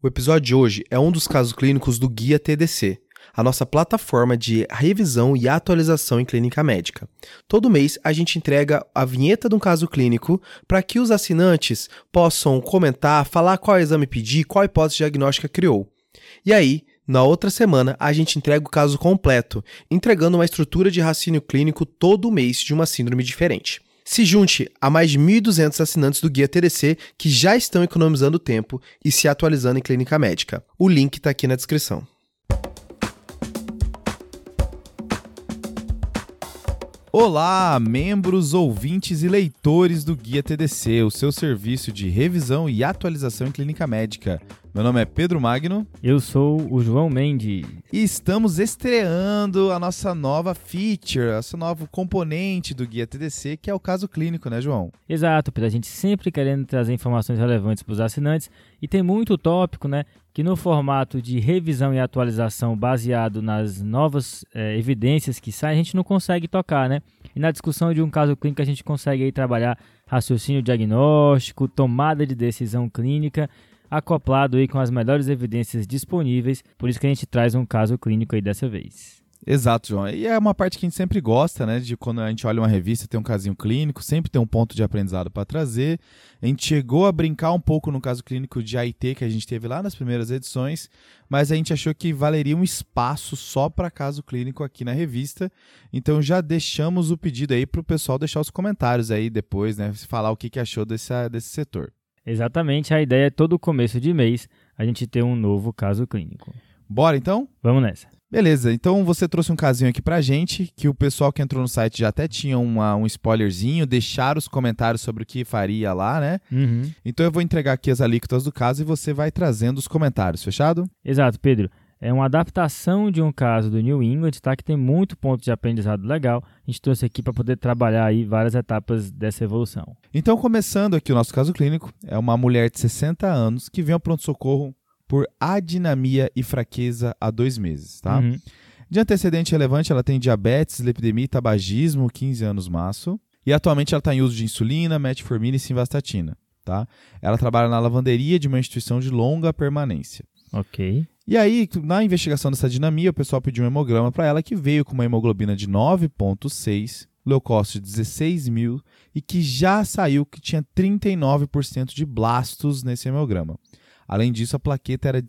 O episódio de hoje é um dos casos clínicos do Guia TDC, a nossa plataforma de revisão e atualização em clínica médica. Todo mês a gente entrega a vinheta de um caso clínico para que os assinantes possam comentar, falar qual exame pedir, qual hipótese diagnóstica criou. E aí, na outra semana, a gente entrega o caso completo, entregando uma estrutura de raciocínio clínico todo mês de uma síndrome diferente. Se junte a mais de 1.200 assinantes do Guia TDC que já estão economizando tempo e se atualizando em clínica médica. O link está aqui na descrição. Olá, membros, ouvintes e leitores do Guia TDC, o seu serviço de revisão e atualização em clínica médica. Meu nome é Pedro Magno. Eu sou o João Mendes. E estamos estreando a nossa nova feature, esse novo componente do Guia TDC, que é o caso clínico, né, João? Exato, Pedro. A gente sempre querendo trazer informações relevantes para os assinantes e tem muito tópico, né, que no formato de revisão e atualização baseado nas novas evidências que saem, a gente não consegue tocar, né? E na discussão de um caso clínico a gente consegue aí trabalhar raciocínio diagnóstico, tomada de decisão clínica, acoplado aí com as melhores evidências disponíveis, por isso que a gente traz um caso clínico aí dessa vez. Exato, João. E é uma parte que a gente sempre gosta, né? De quando a gente olha uma revista, tem um casinho clínico, sempre tem um ponto de aprendizado para trazer. A gente chegou a brincar um pouco no caso clínico de AIT que a gente teve lá nas primeiras edições, mas a gente achou que valeria um espaço só para caso clínico aqui na revista. Então já deixamos o pedido aí para o pessoal deixar os comentários aí depois, né? Falar o que achou desse setor. Exatamente, a ideia é todo começo de mês a gente ter um novo caso clínico. Bora então? Vamos nessa. Beleza, então você trouxe um casinho aqui pra gente, que o pessoal que entrou no site já até tinha um spoilerzinho, deixaram os comentários sobre o que faria lá, né? Uhum. Então eu vou entregar aqui as alíquotas do caso e você vai trazendo os comentários, fechado? Exato, Pedro. É uma adaptação de um caso do New England, tá? Que tem muito ponto de aprendizado legal. A gente trouxe aqui para poder trabalhar aí várias etapas dessa evolução. Então, começando aqui o nosso caso clínico, é uma mulher de 60 anos que vem ao pronto-socorro por adinamia e fraqueza há 2 meses, tá? Uhum. De antecedente relevante, ela tem diabetes, lipidemia e tabagismo, 15 anos maço. E atualmente ela está em uso de insulina, metformina e simvastatina, tá? Ela trabalha na lavanderia de uma instituição de longa permanência. Ok. E aí, na investigação dessa adinamia, o pessoal pediu um hemograma para ela que veio com uma hemoglobina de 9,6, leucócito de 16 mil e que já saiu que tinha 39% de blastos nesse hemograma. Além disso, a plaqueta era de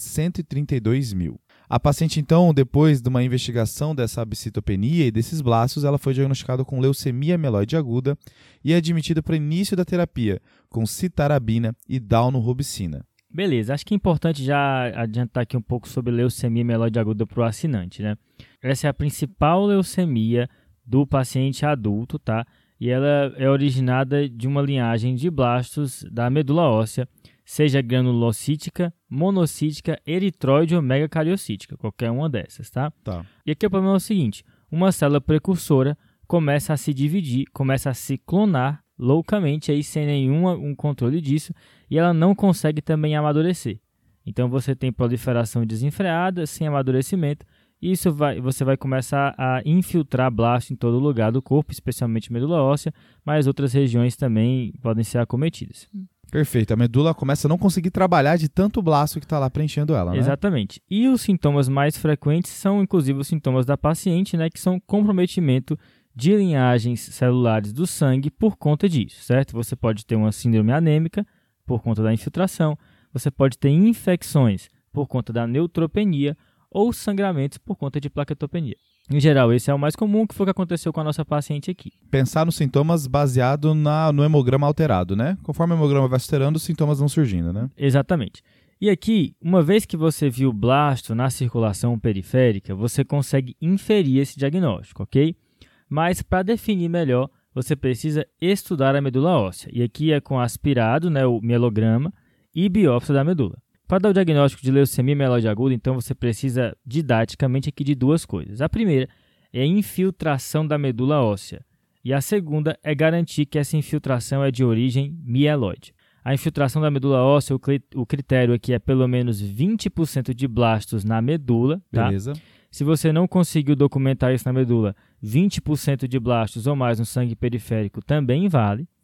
132 mil. A paciente, então, depois de uma investigação dessa abcitopenia e desses blastos, ela foi diagnosticada com leucemia mieloide aguda e admitida para o início da terapia com citarabina e daunorubicina. Beleza, acho que é importante já adiantar aqui um pouco sobre leucemia mieloide aguda para o assinante, né? Essa é a principal leucemia do paciente adulto, tá? E ela é originada de uma linhagem de blastos da medula óssea, seja granulocítica, monocítica, eritróide ou megacariocítica, qualquer uma dessas, tá? Tá. E aqui o problema é o seguinte, uma célula precursora começa a se dividir, começa a se clonar loucamente, aí, sem nenhum controle disso, e ela não consegue também amadurecer. Então você tem proliferação desenfreada, sem amadurecimento, e você vai começar a infiltrar blasto em todo lugar do corpo, especialmente medula óssea, mas outras regiões também podem ser acometidas. Perfeito, a medula começa a não conseguir trabalhar de tanto blasto que está lá preenchendo ela, né? Exatamente. E os sintomas mais frequentes são, inclusive, os sintomas da paciente, né, que são comprometimento de linhagens celulares do sangue por conta disso, certo? Você pode ter uma síndrome anêmica por conta da infiltração, você pode ter infecções por conta da neutropenia ou sangramentos por conta de plaquetopenia. Em geral, esse é o mais comum, que foi o que aconteceu com a nossa paciente aqui. Pensar nos sintomas baseado no hemograma alterado, né? Conforme o hemograma vai alterando, os sintomas vão surgindo, né? Exatamente. E aqui, uma vez que você viu o blasto na circulação periférica, você consegue inferir esse diagnóstico, ok? Mas para definir melhor, você precisa estudar a medula óssea. E aqui é com aspirado, né, o mielograma e biópsia da medula. Para dar o diagnóstico de leucemia mieloide aguda, então você precisa didaticamente aqui de 2 coisas. A primeira é a infiltração da medula óssea e a segunda é garantir que essa infiltração é de origem mieloide. A infiltração da medula óssea, o critério aqui é pelo menos 20% de blastos na medula. Tá? Beleza. Se você não conseguiu documentar isso na medula, 20% de blastos ou mais no sangue periférico também vale.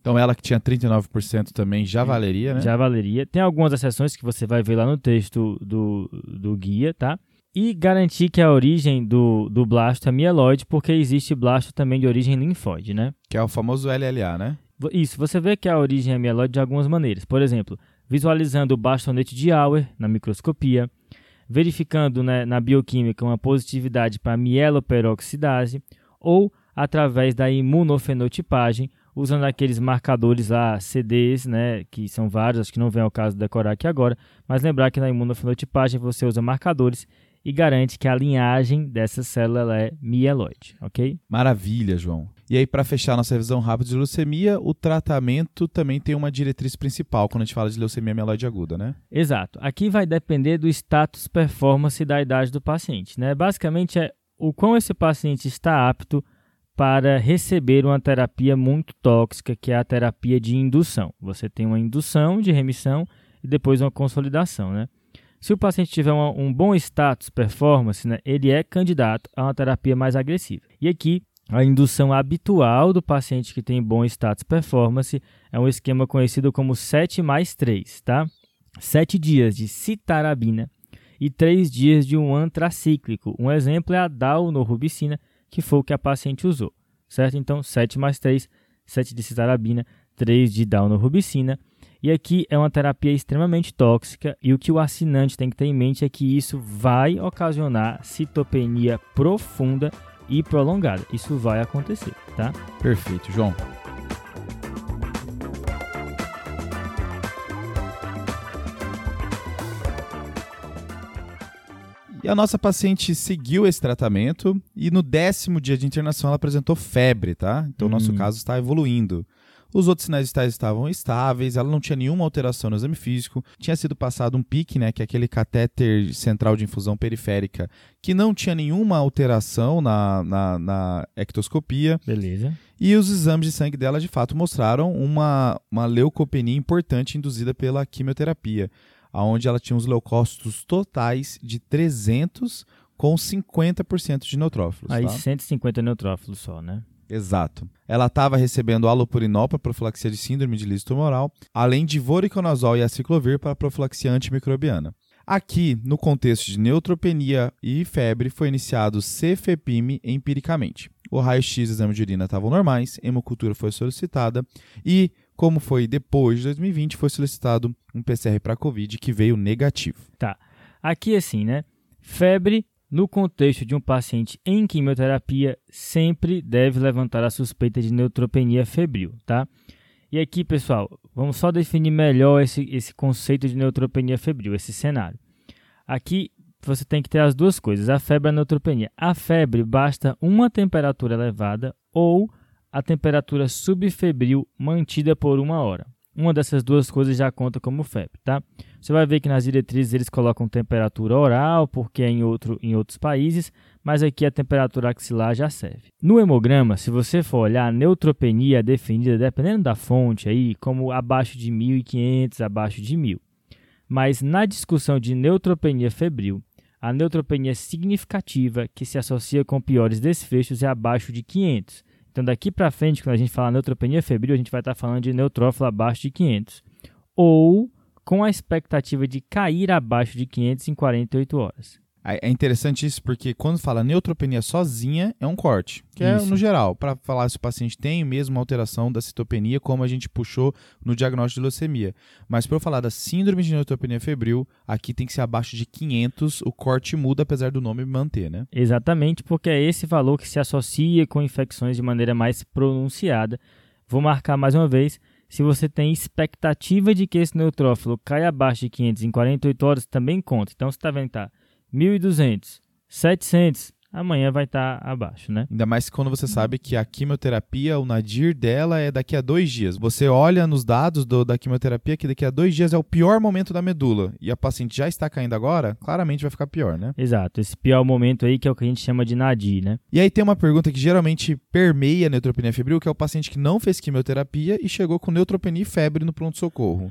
Então ela que tinha 39% também já valeria, né? Já valeria. Tem algumas exceções que você vai ver lá no texto do guia, tá? E garantir que a origem do blasto é mieloide, porque existe blasto também de origem linfóide, né? Que é o famoso LLA, né? Isso, você vê que a origem é mieloide de algumas maneiras. Por exemplo, visualizando o bastonete de Auer na microscopia, verificando, né, na bioquímica uma positividade para mieloperoxidase, ou através da imunofenotipagem, usando aqueles marcadores lá, CDs, né, que são vários, acho que não vem ao caso decorar aqui agora, mas lembrar que na imunofenotipagem você usa marcadores e garante que a linhagem dessa célula ela é mieloide, ok? Maravilha, João. E aí, para fechar nossa revisão rápida de leucemia, o tratamento também tem uma diretriz principal quando a gente fala de leucemia mieloide aguda, né? Exato. Aqui vai depender do status performance da idade do paciente, né? Basicamente é o quão esse paciente está apto para receber uma terapia muito tóxica, que é a terapia de indução. Você tem uma indução de remissão e depois uma consolidação, né? Se o paciente tiver um bom status performance, né, ele é candidato a uma terapia mais agressiva. E aqui, a indução habitual do paciente que tem bom status performance é um esquema conhecido como 7+3, tá? 7 dias de citarabina e 3 dias de um antracíclico. Um exemplo é a daunorubicina, que foi o que a paciente usou, certo? Então, 7+3, 7 de citarabina, 3 de daunorubicina. E aqui é uma terapia extremamente tóxica e o que o assinante tem que ter em mente é que isso vai ocasionar citopenia profunda e prolongada. Isso vai acontecer, tá? Perfeito, João. E a nossa paciente seguiu esse tratamento e no 10º dia de internação ela apresentou febre, tá? Então o nosso caso está evoluindo. Os outros sinais vitais estavam estáveis, ela não tinha nenhuma alteração no exame físico, tinha sido passado um PIC, né, que é aquele catéter central de infusão periférica, que não tinha nenhuma alteração na ectoscopia. Beleza. E os exames de sangue dela, de fato, mostraram uma leucopenia importante induzida pela quimioterapia, onde ela tinha os leucócitos totais de 300 com 50% de neutrófilos. Aí tá? 150 neutrófilos só, né? Exato. Ela estava recebendo alopurinol para profilaxia de síndrome de lise tumoral, além de voriconazol e aciclovir para profilaxia antimicrobiana. Aqui, no contexto de neutropenia e febre, foi iniciado cefepime empiricamente. O raio-x e o exame de urina estavam normais, hemocultura foi solicitada e, como foi depois de 2020, foi solicitado um PCR para COVID que veio negativo. Tá. Aqui assim, né? Febre, no contexto de um paciente em quimioterapia, sempre deve levantar a suspeita de neutropenia febril, tá? E aqui, pessoal, vamos só definir melhor esse conceito de neutropenia febril, esse cenário. Aqui você tem que ter as duas coisas, a febre e a neutropenia. A febre basta uma temperatura elevada ou a temperatura subfebril mantida por 1 hora. Uma dessas duas coisas já conta como febre, tá? Você vai ver que nas diretrizes eles colocam temperatura oral, porque é em outros países, mas aqui a temperatura axilar já serve. No hemograma, se você for olhar, a neutropenia é definida, dependendo da fonte, aí, como abaixo de 1.500, abaixo de 1.000. Mas na discussão de neutropenia febril, a neutropenia significativa que se associa com piores desfechos é abaixo de 500. Então, daqui para frente, quando a gente fala neutropenia febril, a gente vai estar falando de neutrófilo abaixo de 500. Ou com a expectativa de cair abaixo de 500 em 48 horas. É interessante isso porque quando fala neutropenia sozinha, é um corte. Que é, no geral, para falar se o paciente tem mesmo alteração da citopenia, como a gente puxou no diagnóstico de leucemia. Mas para eu falar da síndrome de neutropenia febril, aqui tem que ser abaixo de 500, o corte muda apesar do nome manter, né? Exatamente, porque é esse valor que se associa com infecções de maneira mais pronunciada. Vou marcar mais uma vez. Se você tem expectativa de que esse neutrófilo caia abaixo de 500 em 48 horas, também conta. Então, você está vendo, tá? 1.200, 700, amanhã vai estar abaixo, né? Ainda mais quando você sabe que a quimioterapia, o nadir dela é daqui a 2 dias. Você olha nos dados da quimioterapia que daqui a 2 dias é o pior momento da medula e a paciente já está caindo agora, claramente vai ficar pior, né? Exato, esse pior momento aí que é o que a gente chama de nadir, né? E aí tem uma pergunta que geralmente permeia a neutropenia febril, que é o paciente que não fez quimioterapia e chegou com neutropenia e febre no pronto-socorro.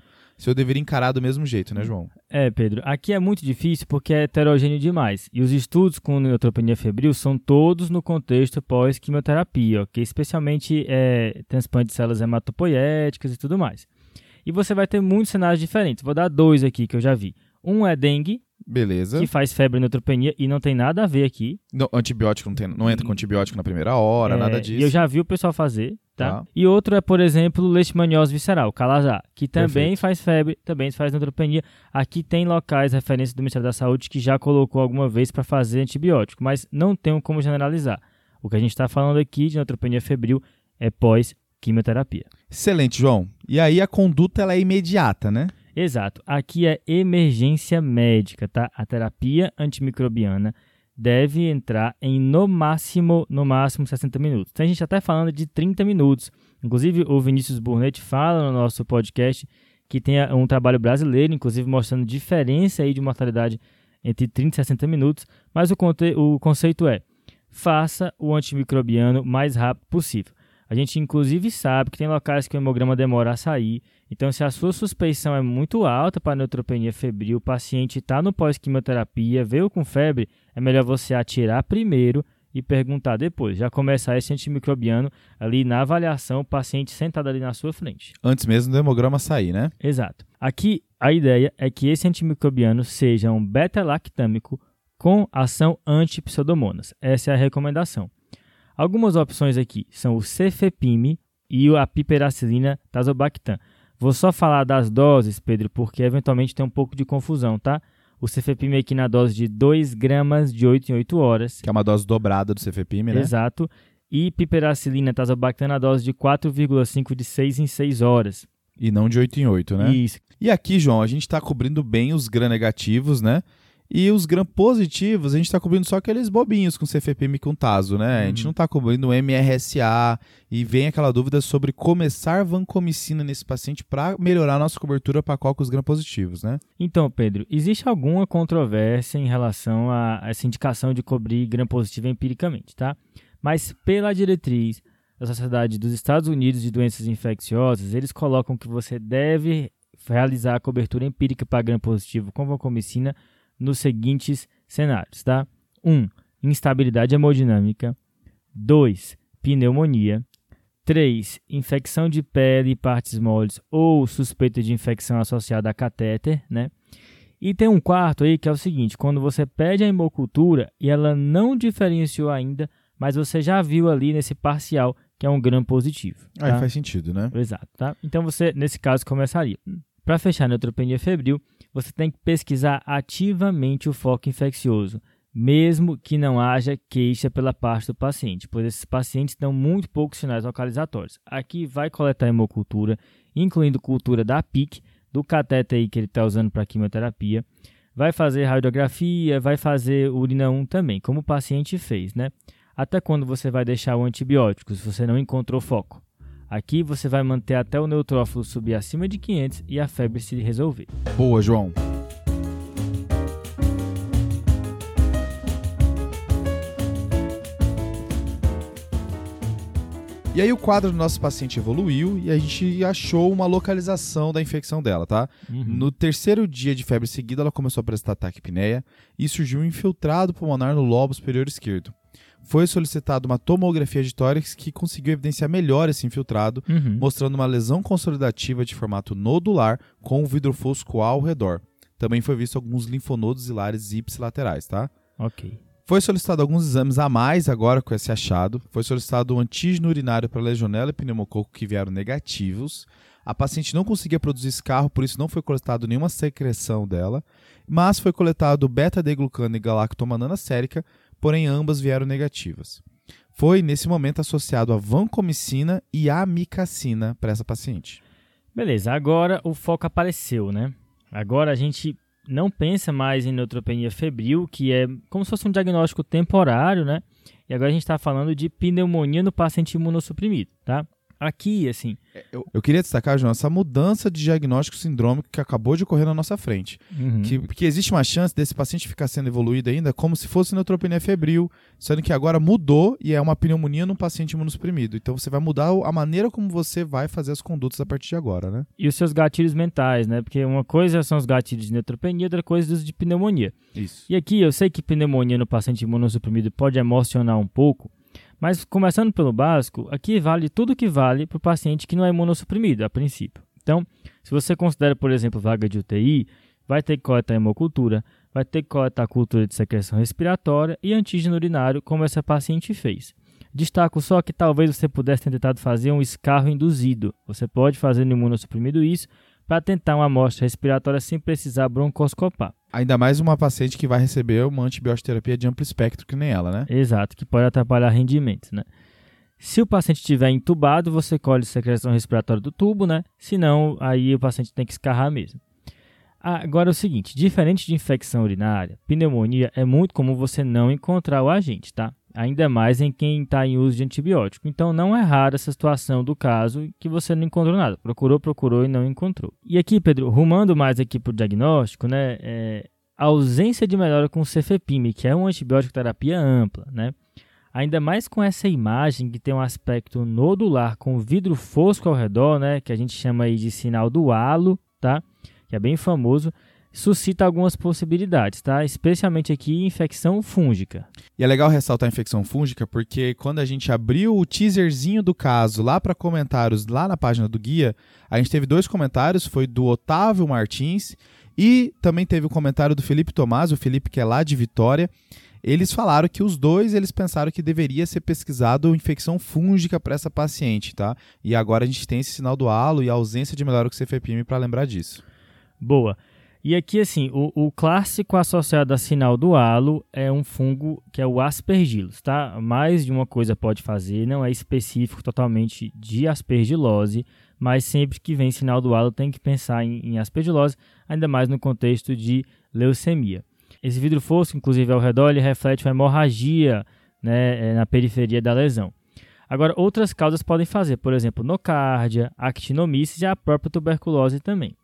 se eu deveria encarar do mesmo jeito, né, João? Pedro, aqui é muito difícil porque é heterogêneo demais. E os estudos com neutropenia febril são todos no contexto pós-quimioterapia, ok? Especialmente transplante de células hematopoéticas e tudo mais. E você vai ter muitos cenários diferentes. Vou dar 2 aqui que eu já vi. Um é dengue, Beleza. que faz febre e neutropenia e não tem nada a ver aqui. Não, antibiótico não entra com antibiótico na primeira hora, nada disso. E eu já vi o pessoal fazer, tá? E outro é, por exemplo, leishmaniose visceral, calazar, que também faz febre, também faz neutropenia. Aqui tem locais, referência do Ministério da Saúde, que já colocou alguma vez para fazer antibiótico, mas não tem como generalizar. O que a gente está falando aqui de neutropenia febril é pós-quimioterapia. Excelente, João. E aí a conduta ela é imediata, né? Exato. Aqui é emergência médica, tá? A terapia antimicrobiana deve entrar em no máximo 60 minutos. Tem gente até falando de 30 minutos. Inclusive, o Vinícius Burnet fala no nosso podcast que tem um trabalho brasileiro, inclusive mostrando diferença aí de mortalidade entre 30 e 60 minutos. Mas o conceito é, faça o antimicrobiano o mais rápido possível. A gente, inclusive, sabe que tem locais que o hemograma demora a sair. Então, se a sua suspeição é muito alta para neutropenia febril, o paciente está no pós-quimioterapia, veio com febre, é melhor você atirar primeiro e perguntar depois. Já começar esse antimicrobiano ali na avaliação, o paciente sentado ali na sua frente. Antes mesmo do hemograma sair, né? Exato. Aqui, a ideia é que esse antimicrobiano seja um beta-lactâmico com ação anti-pseudomonas. Essa é a recomendação. Algumas opções aqui são o cefepime e a piperacilina tazobactam. Vou só falar das doses, Pedro, porque eventualmente tem um pouco de confusão, tá? O cefepime aqui na dose de 2 gramas de 8 em 8 horas. Que é uma dose dobrada do cefepime, né? Exato. E piperacilina tazobactam na dose de 4,5 de 6 em 6 horas. E não de 8 em 8, né? Isso. E aqui, João, a gente está cobrindo bem os gram-negativos, né? E os gram-positivos, a gente está cobrindo só aqueles bobinhos com cefepime e com tazo, né? A gente não está cobrindo o MRSA. E vem aquela dúvida sobre começar vancomicina nesse paciente para melhorar a nossa cobertura para com os gram-positivos, né? Então, Pedro, existe alguma controvérsia em relação a essa indicação de cobrir gram-positivo empiricamente, tá? Mas pela diretriz da Sociedade dos Estados Unidos de Doenças Infecciosas, eles colocam que você deve realizar a cobertura empírica para gram-positivo com vancomicina nos seguintes cenários, tá? 1. Instabilidade hemodinâmica. 2. Pneumonia. 3. Infecção de pele e partes moles ou suspeita de infecção associada a catéter, né? E tem um quarto aí que é o seguinte, quando você pede a hemocultura e ela não diferenciou ainda, mas você já viu ali nesse parcial que é um gram positivo. Tá? Aí faz sentido, né? Exato, tá? Então você, nesse caso, começaria. Para fechar a neutropenia febril, você tem que pesquisar ativamente o foco infeccioso, mesmo que não haja queixa pela parte do paciente, pois esses pacientes dão muito poucos sinais localizatórios. Aqui vai coletar hemocultura, incluindo cultura da PIC, do catéter aí que ele está usando para quimioterapia, vai fazer radiografia, vai fazer urina 1 também, como o paciente fez, né? Até quando você vai deixar o antibiótico, se você não encontrou foco. Aqui você vai manter até o neutrófilo subir acima de 500 e a febre se resolver. Boa, João. E aí o quadro do nosso paciente evoluiu e a gente achou uma localização da infecção dela, tá? No terceiro dia de febre seguida, ela começou a apresentar taquipneia e surgiu um infiltrado pulmonar no lobo superior esquerdo. Foi solicitada uma tomografia de tórax que conseguiu evidenciar melhor esse infiltrado, mostrando uma lesão consolidativa de formato nodular com um vidro fosco ao redor. Também foi visto alguns linfonodos hilares ipsilaterais, tá? Ok. Foi solicitado alguns exames a mais agora com esse achado. Foi solicitado um antígeno urinário para legionela e pneumococo que vieram negativos. A paciente não conseguia produzir escarro, por isso não foi coletado nenhuma secreção dela, mas foi coletado beta-deglucano e galactomanana sérica, porém ambas vieram negativas. Foi, nesse momento, associado a vancomicina e amicacina para essa paciente. Beleza, agora o foco apareceu, né? Agora a gente não pensa mais em neutropenia febril, que é como se fosse um diagnóstico temporário, né? E agora a gente está falando de pneumonia no paciente imunossuprimido, tá? Aqui, assim... Eu queria destacar, João, essa mudança de diagnóstico sindrômico que acabou de ocorrer na nossa frente. Que existe uma chance desse paciente ficar sendo evoluído ainda como se fosse neutropenia febril, sendo que agora mudou e é uma pneumonia num paciente imunossuprimido. Então você vai mudar a maneira como você vai fazer as condutas a partir de agora, né? E os seus gatilhos mentais, né? Porque uma coisa são os gatilhos de neutropenia, outra coisa os de pneumonia. Isso. E aqui eu sei que pneumonia no paciente imunossuprimido pode emocionar um pouco, mas começando pelo básico, aqui vale tudo que vale para o paciente que não é imunossuprimido, a princípio. Então, se você considera, por exemplo, vaga de UTI, vai ter que coletar hemocultura, vai ter que coletar cultura de secreção respiratória e antígeno urinário, como essa paciente fez. Destaco só que talvez você pudesse ter tentado fazer um escarro induzido. Você pode fazer no imunossuprimido isso para tentar uma amostra respiratória sem precisar broncoscopar. Ainda mais uma paciente que vai receber uma antibiótico-terapia de amplo espectro que nem ela, né? Exato, que pode atrapalhar rendimentos, né? Se o paciente estiver entubado, você colhe secreção respiratória do tubo, né? Se não, aí o paciente tem que escarrar mesmo. Agora é o seguinte, diferente de infecção urinária, pneumonia é muito comum você não encontrar o agente, tá? Ainda mais em quem está em uso de antibiótico. Então não é rara essa situação do caso que você não encontrou nada. Procurou e não encontrou. E aqui, Pedro, rumando mais aqui para o diagnóstico, né? A ausência de melhora com cefepime, que é uma antibiótico terapia ampla, né? Ainda mais com essa imagem que tem um aspecto nodular com vidro fosco ao redor, né? Que a gente chama aí de sinal do halo, tá? Que é bem famoso. Suscita algumas possibilidades, tá? Especialmente aqui infecção fúngica. E é legal ressaltar a infecção fúngica porque quando a gente abriu o teaserzinho do caso lá para comentários lá na página do guia, a gente teve 2 comentários, foi do Otávio Martins e também teve o comentário do Felipe Tomás, o Felipe que é lá de Vitória. Eles falaram que os dois, eles pensaram que deveria ser pesquisado infecção fúngica para essa paciente, tá? E agora a gente tem esse sinal do halo e a ausência de melhora com cefepime para lembrar disso. Boa. E aqui, assim, o clássico associado a sinal do halo é um fungo que é o aspergillus, tá? Mais de uma coisa pode fazer, não é específico totalmente de aspergilose, mas sempre que vem sinal do halo tem que pensar em aspergilose, ainda mais no contexto de leucemia. Esse vidro fosco, inclusive, ao redor, ele reflete uma hemorragia, né, na periferia da lesão. Agora, outras causas podem fazer, por exemplo, nocárdia, actinomíceis e a própria tuberculose também.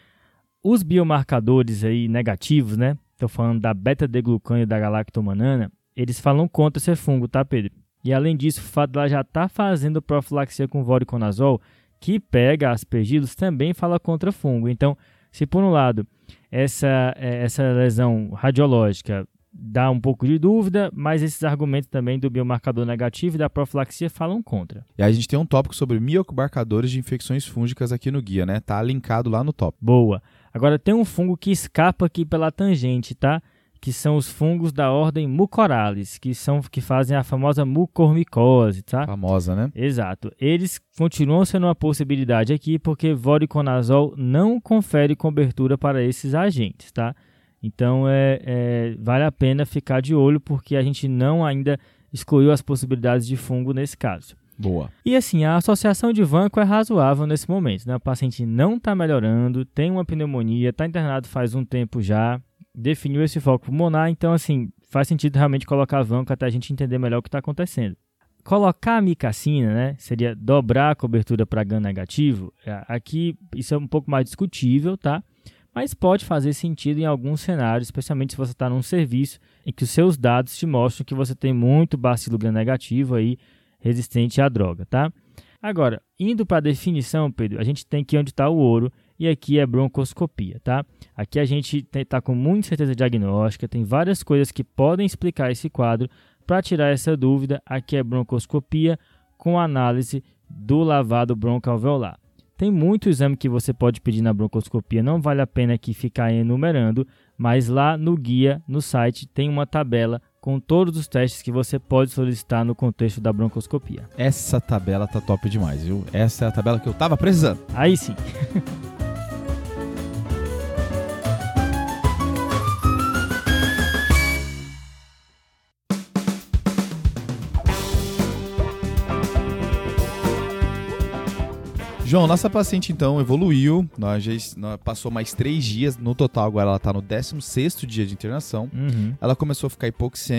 Os biomarcadores aí negativos, né? Estou falando da beta-deglucano e da galactomanana, eles falam contra esse fungo, tá, Pedro? E além disso, o fato dela já estar fazendo profilaxia com voriconazol, que pega aspergillus, também fala contra fungo. Então, se por um lado essa lesão radiológica dá um pouco de dúvida, mas esses argumentos também do biomarcador negativo e da profilaxia falam contra. E aí a gente tem um tópico sobre miomarcadores de infecções fúngicas aqui no guia, né? Tá linkado lá no tópico. Boa. Agora tem um fungo que escapa aqui pela tangente, tá? Que são os fungos da ordem Mucorales, que fazem a famosa mucormicose, tá? Famosa, né? Exato. Eles continuam sendo uma possibilidade aqui porque voriconazol não confere cobertura para esses agentes, tá? Então, vale a pena ficar de olho porque a gente não ainda excluiu as possibilidades de fungo nesse caso. Boa. E assim, a associação de vanco é razoável nesse momento, né? O paciente não está melhorando, tem uma pneumonia, está internado faz um tempo já, definiu esse foco pulmonar, então assim, faz sentido realmente colocar vanco até a gente entender melhor o que está acontecendo. Colocar a micacina, né, seria dobrar a cobertura para Gram negativo. Aqui isso é um pouco mais discutível, tá? Mas pode fazer sentido em alguns cenários, especialmente se você está num serviço em que os seus dados te mostram que você tem muito bacilo Gram negativo aí, resistente à droga, tá? Agora, indo para a definição, Pedro, a gente tem que ir onde está o ouro, e aqui é broncoscopia, tá? Aqui a gente está com muita certeza diagnóstica, tem várias coisas que podem explicar esse quadro. Para tirar essa dúvida, aqui é broncoscopia com análise do lavado broncoalveolar. Tem muito exame que você pode pedir na broncoscopia, não vale a pena aqui ficar enumerando, mas lá no guia, no site, tem uma tabela com todos os testes que você pode solicitar no contexto da broncoscopia. Essa tabela tá top demais, viu? Essa é a tabela que eu tava precisando. Aí sim. João, nossa paciente então evoluiu, nós passou mais 3 dias, no total agora ela está no 16º dia de internação, ela começou a ficar hipoxêmica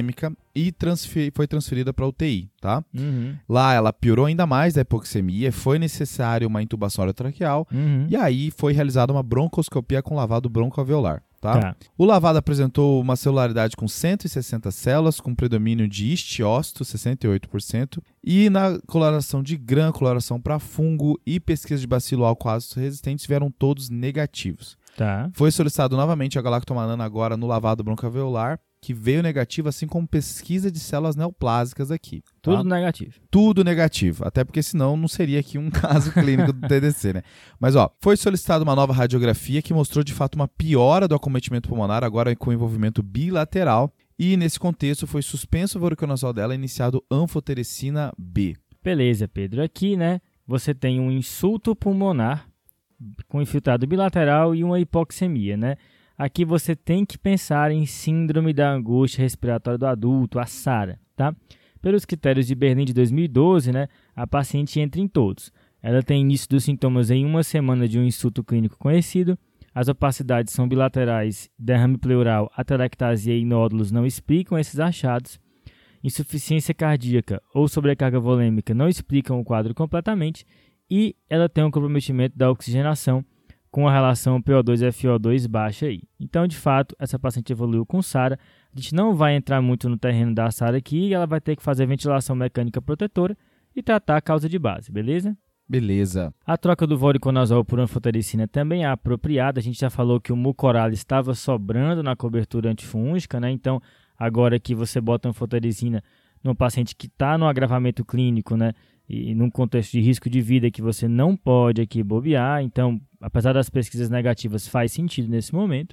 e foi transferida para UTI, tá? Uhum. Lá ela piorou ainda mais a hipoxemia, foi necessário uma intubação orotraqueal e aí foi realizada uma broncoscopia com lavado broncoalveolar. Tá? O lavado apresentou uma celularidade com 160 células, com predomínio de histiócito, 68%, e na coloração de GRAM, coloração para fungo e pesquisa de bacilo álcool-ácido resistentes vieram todos negativos. Tá. Foi solicitado novamente a galactomannan agora no lavado broncoalveolar, que veio negativo, assim como pesquisa de células neoplásicas aqui. Tá? Tudo negativo. Tudo negativo, até porque senão não seria aqui um caso clínico do TDC, né? Mas, foi solicitada uma nova radiografia que mostrou, de fato, uma piora do acometimento pulmonar, agora com envolvimento bilateral, e, nesse contexto, foi suspenso o voriconazol dela e iniciado anfotericina B. Beleza, Pedro. Aqui, né, você tem um insulto pulmonar com infiltrado bilateral e uma hipoxemia, né? Aqui você tem que pensar em síndrome da angústia respiratória do adulto, a SARA, tá? Pelos critérios de Berlim de 2012, né, a paciente entra em todos. Ela tem início dos sintomas em 1 semana de um insulto clínico conhecido, as opacidades são bilaterais, derrame pleural, atelectasia e nódulos não explicam esses achados, insuficiência cardíaca ou sobrecarga volêmica não explicam o quadro completamente e ela tem um comprometimento da oxigenação, com a relação PO2-FO2 baixa aí. Então, de fato, essa paciente evoluiu com SARA. A gente não vai entrar muito no terreno da SARA aqui, ela vai ter que fazer ventilação mecânica protetora e tratar a causa de base, beleza? Beleza. A troca do voriconazol por anfotericina também é apropriada. A gente já falou que o mucoral estava sobrando na cobertura antifúngica, né? Então, agora que você bota anfotericina num paciente que está no agravamento clínico, né? E num contexto de risco de vida que você não pode aqui bobear, então, apesar das pesquisas negativas, faz sentido nesse momento.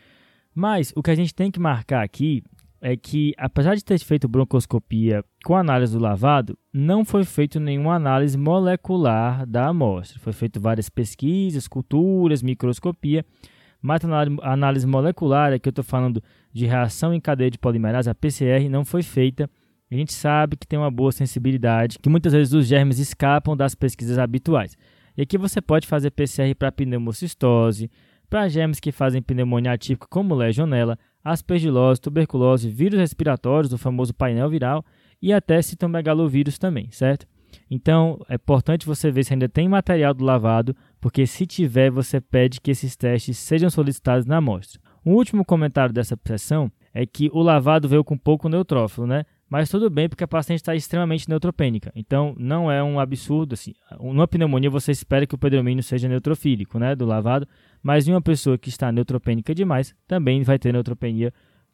Mas o que a gente tem que marcar aqui é que, apesar de ter feito broncoscopia com análise do lavado, não foi feito nenhuma análise molecular da amostra. Foi feito várias pesquisas, culturas, microscopia, mas a análise molecular, aqui eu estou falando de reação em cadeia de polimerase, a PCR, não foi feita. A gente sabe que tem uma boa sensibilidade, que muitas vezes os germes escapam das pesquisas habituais. E aqui você pode fazer PCR para pneumocistose, para germes que fazem pneumonia atípica como legionela, aspergilose, tuberculose, vírus respiratórios, o famoso painel viral, e até citomegalovírus também, certo? Então, é importante você ver se ainda tem material do lavado, porque se tiver, você pede que esses testes sejam solicitados na amostra. Um último comentário dessa sessão é que o lavado veio com pouco neutrófilo, né? Mas tudo bem, porque a paciente está extremamente neutropênica. Então, não é um absurdo, assim. Numa pneumonia, você espera que o pneumonio seja neutrofílico, né, do lavado. Mas em uma pessoa que está neutropênica demais, também vai ter neutropenia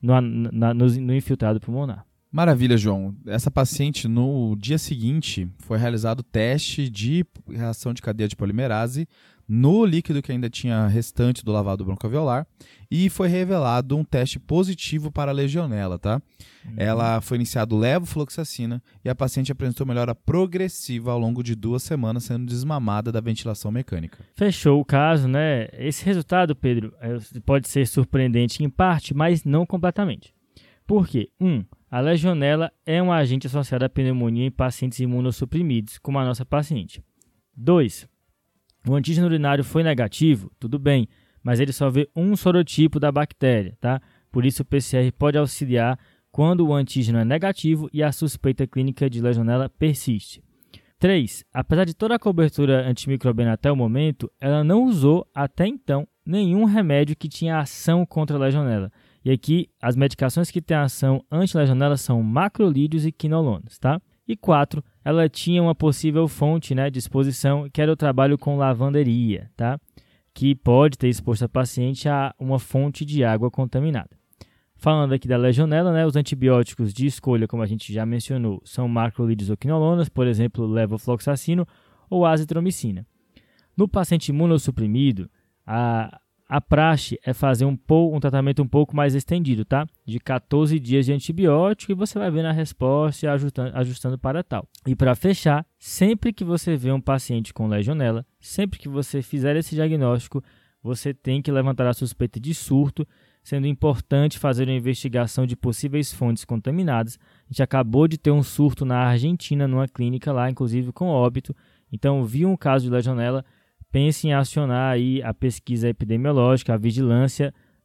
no infiltrado pulmonar. Maravilha, João. Essa paciente, no dia seguinte, foi realizado o teste de reação de cadeia de polimerase no líquido que ainda tinha restante do lavado broncoalveolar e foi revelado um teste positivo para a legionela, tá? Ela foi iniciado levofloxacina e a paciente apresentou melhora progressiva ao longo de 2 semanas, sendo desmamada da ventilação mecânica. Fechou o caso, né? Esse resultado, Pedro, pode ser surpreendente em parte, mas não completamente. Por quê? 1. A legionela é um agente associado à pneumonia em pacientes imunossuprimidos, como a nossa paciente. 2. O antígeno urinário foi negativo, tudo bem, mas ele só vê um sorotipo da bactéria, tá? Por isso o PCR pode auxiliar quando o antígeno é negativo e a suspeita clínica de legionela persiste. 3. Apesar de toda a cobertura antimicrobiana até o momento, ela não usou até então nenhum remédio que tinha ação contra a legionela. E aqui, as medicações que têm ação anti-legionela são macrolídeos e quinolonas, tá? E 4, ela tinha uma possível fonte, né, de exposição, que era o trabalho com lavanderia, tá? Que pode ter exposto a paciente a uma fonte de água contaminada. Falando aqui da legionela, né, os antibióticos de escolha, como a gente já mencionou, são macrolídeos ou quinolonas, por exemplo, levofloxacino ou azitromicina. No paciente imunossuprimido, a praxe é fazer um tratamento um pouco mais estendido, tá? De 14 dias de antibiótico e você vai vendo a resposta e ajustando para tal. E para fechar, sempre que você vê um paciente com legionela, sempre que você fizer esse diagnóstico, você tem que levantar a suspeita de surto, sendo importante fazer uma investigação de possíveis fontes contaminadas. A gente acabou de ter um surto na Argentina, numa clínica lá, inclusive com óbito. Então, viu um caso de legionela, pense em acionar aí a pesquisa epidemiológica, a vigilância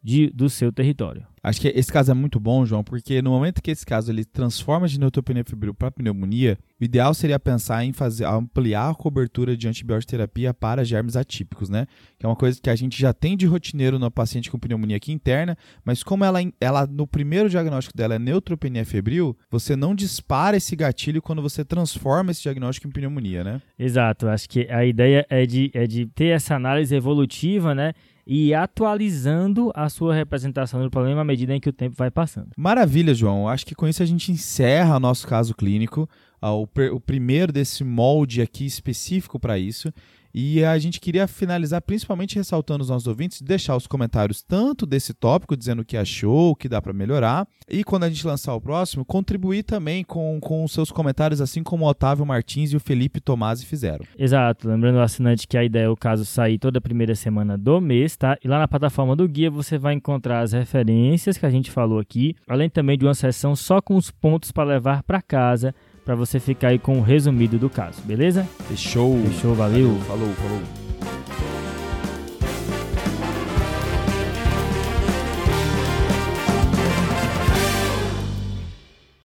do seu território. Acho que esse caso é muito bom, João, porque no momento que esse caso ele transforma de neutropenia febril para pneumonia, o ideal seria pensar em ampliar a cobertura de antibioterapia para germes atípicos, né? Que é uma coisa que a gente já tem de rotineiro no paciente com pneumonia aqui interna, mas como ela no primeiro diagnóstico dela é neutropenia febril, você não dispara esse gatilho quando você transforma esse diagnóstico em pneumonia, né? Exato, acho que a ideia é de ter essa análise evolutiva, né? E atualizando a sua representação do problema à medida em que o tempo vai passando. Maravilha, João. Acho que com isso a gente encerra o nosso caso clínico, o primeiro desse molde aqui específico para isso. E a gente queria finalizar principalmente ressaltando os nossos ouvintes, deixar os comentários tanto desse tópico, dizendo o que achou, o que dá para melhorar, e quando a gente lançar o próximo, contribuir também com os seus comentários, assim como o Otávio Martins e o Felipe Tomasi fizeram. Exato, lembrando ao assinante que a ideia é o caso sair toda a primeira semana do mês, tá? E lá na plataforma do guia você vai encontrar as referências que a gente falou aqui, além também de uma seção só com os pontos para levar para casa, para você ficar aí com o resumido do caso, beleza? Fechou. Valeu. Falou.